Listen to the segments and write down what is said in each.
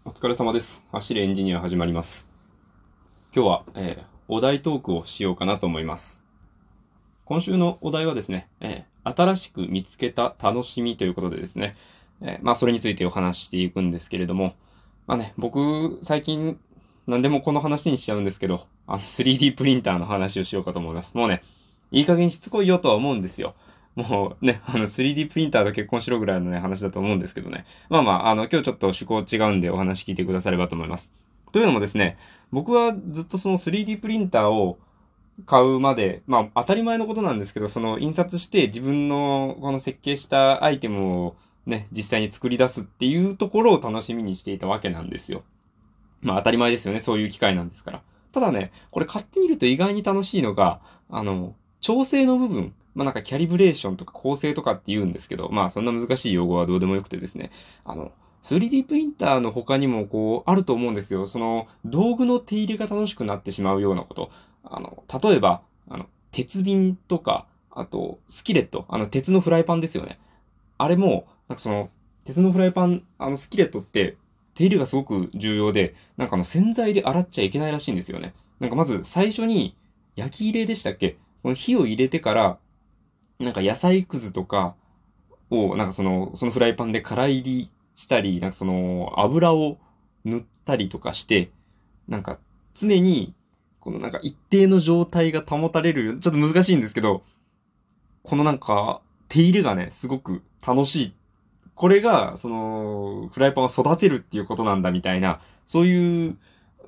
お疲れ様です。走るエンジニア始まります。今日は、お題トークをしようかなと思います。今週のお題はですね、新しく見つけた楽しみということでですね、それについてお話ししていくんですけれども、僕、最近、何でもこの話にしちゃうんですけど、3D プリンターの話をしようかと思います。もうね、いい加減しつこいよとは思うんですよ。もうね、3D プリンターと結婚しろぐらいのね、話だと思うんですけどね。今日ちょっと趣向違うんでお話聞いてくださればと思います。というのもですね、僕はずっとその 3D プリンターを買うまで、当たり前のことなんですけど、その印刷して自分のこの設計したアイテムをね、実際に作り出すっていうところを楽しみにしていたわけなんですよ。当たり前ですよね。そういう機会なんですから。ただね、これ買ってみると意外に楽しいのが、調整の部分。キャリブレーションとか構成とかって言うんですけど、そんな難しい用語はどうでもよくてですね。3D プリンターの他にもあると思うんですよ。その、道具の手入れが楽しくなってしまうようなこと。例えば、鉄瓶とか、あと、スキレット。鉄のフライパンですよね。あれも、鉄のフライパン、スキレットって、手入れがすごく重要で、洗剤で洗っちゃいけないらしいんですよね。まず最初に、焼き入れでしたっけ？この火を入れてから、野菜くずとかを、そのフライパンで空入りしたり、油を塗ったりとかして、常に、一定の状態が保たれる、ちょっと難しいんですけど、この手入れがね、すごく楽しい。これが、フライパンを育てるっていうことなんだみたいな、そういう、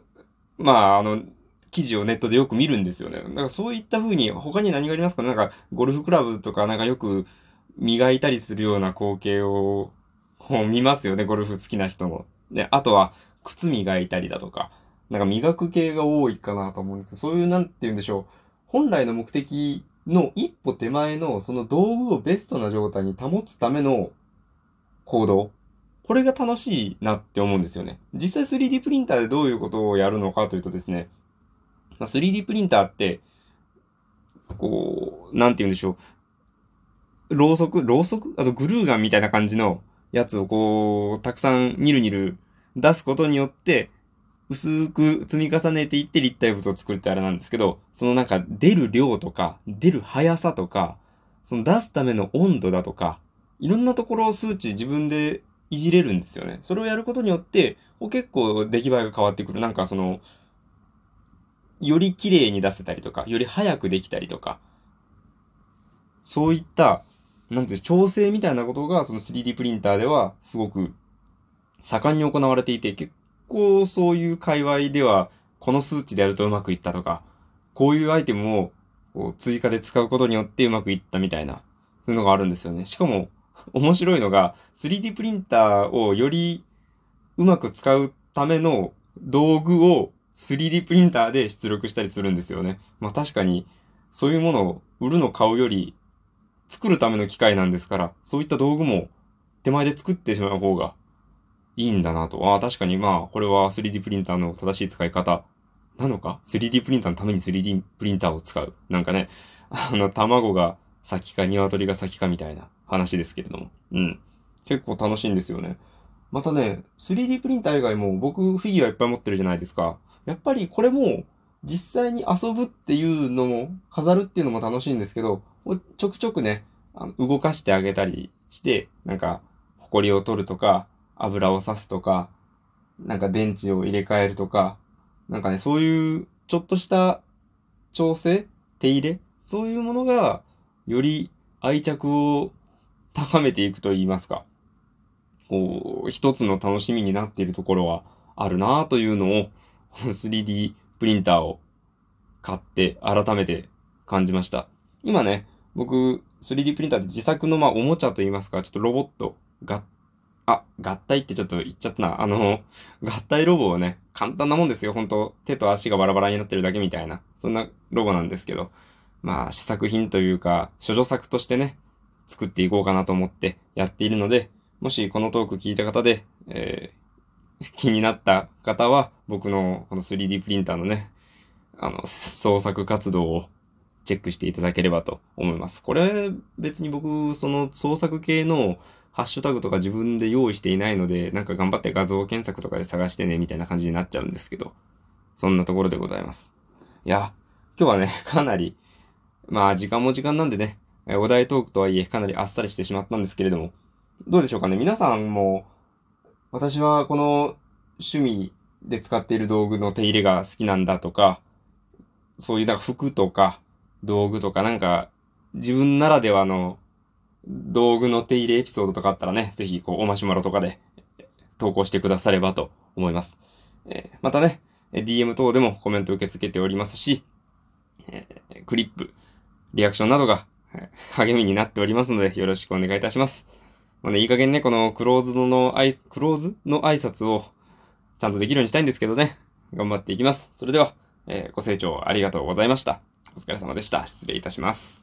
記事をネットでよく見るんですよね。そういった風に、他に何がありますかね？ゴルフクラブとか、よく磨いたりするような光景を、見ますよね、ゴルフ好きな人も。で、あとは、靴磨いたりだとか、磨く系が多いかなと思うんですけど、そういう、なんて言うんでしょう。本来の目的の一歩手前の、その道具をベストな状態に保つための行動。これが楽しいなって思うんですよね。実際 3D プリンターでどういうことをやるのかというとですね、3D プリンターって、なんて言うんでしょろうそくあとグルーガンみたいな感じのやつをたくさんニルニル出すことによって、薄く積み重ねていって立体物を作るってあれなんですけど、その出る量とか、出る速さとか、その出すための温度だとか、いろんなところを数値自分でいじれるんですよね。それをやることによって、結構出来栄えが変わってくる。より綺麗に出せたりとか、より早くできたりとか、そういった、調整みたいなことが、その 3D プリンターでは、すごく盛んに行われていて、結構そういう界隈では、この数値でやるとうまくいったとか、こういうアイテムを追加で使うことによってうまくいったみたいな、そういうのがあるんですよね。しかも、面白いのが、3D プリンターをよりうまく使うための道具を 3D プリンターで出力したりするんですよね。確かに、そういうものを売るの買うより、作るための機械なんですから、そういった道具も手前で作ってしまう方がいいんだなと。確かにこれは 3D プリンターの正しい使い方なのか？ 3D プリンターのために 3D プリンターを使う。卵が先か鶏が先かみたいな話ですけれども。うん。結構楽しいんですよね。またね、3D プリンター以外も僕フィギュアいっぱい持ってるじゃないですか。やっぱりこれも実際に遊ぶっていうのも、飾るっていうのも楽しいんですけど、ちょくちょくね、動かしてあげたりして、埃を取るとか、油を刺すとか、電池を入れ替えるとか、そういうちょっとした調整手入れそういうものが、より愛着を高めていくと言いますか。一つの楽しみになっているところはあるなというのを、3D プリンターを買って改めて感じました。今ね、僕、3D プリンターで自作のおもちゃと言いますか、ちょっとロボット、合体ってちょっと言っちゃったな。合体ロボをね、簡単なもんですよ。本当手と足がバラバラになってるだけみたいな。そんなロボなんですけど。試作品というか、諸女作としてね、作っていこうかなと思ってやっているので、もしこのトーク聞いた方で、気になった方は、僕のこの 3D プリンターのね、創作活動をチェックしていただければと思います。これ、別に僕、その創作系のハッシュタグとか自分で用意していないので、なんか頑張って画像検索とかで探してね、みたいな感じになっちゃうんですけど、そんなところでございます。いや、今日はね、かなり、まあ時間も時間なんでね、お題トークとはいえかなりあっさりしてしまったんですけれども、どうでしょうかね。皆さんも、私はこの趣味で使っている道具の手入れが好きなんだとか、そういうなんか服とか道具とかなんか自分ならではの道具の手入れエピソードとかあったらね、ぜひこうおマシュマロとかで投稿してくださればと思います。またね、DM 等でもコメント受け付けておりますし、クリップ、リアクションなどが励みになっておりますのでよろしくお願いいたします。まあね、いい加減ね、このクローズの挨拶をちゃんとできるようにしたいんですけどね。頑張っていきます。それでは、ご清聴ありがとうございました。お疲れ様でした。失礼いたします。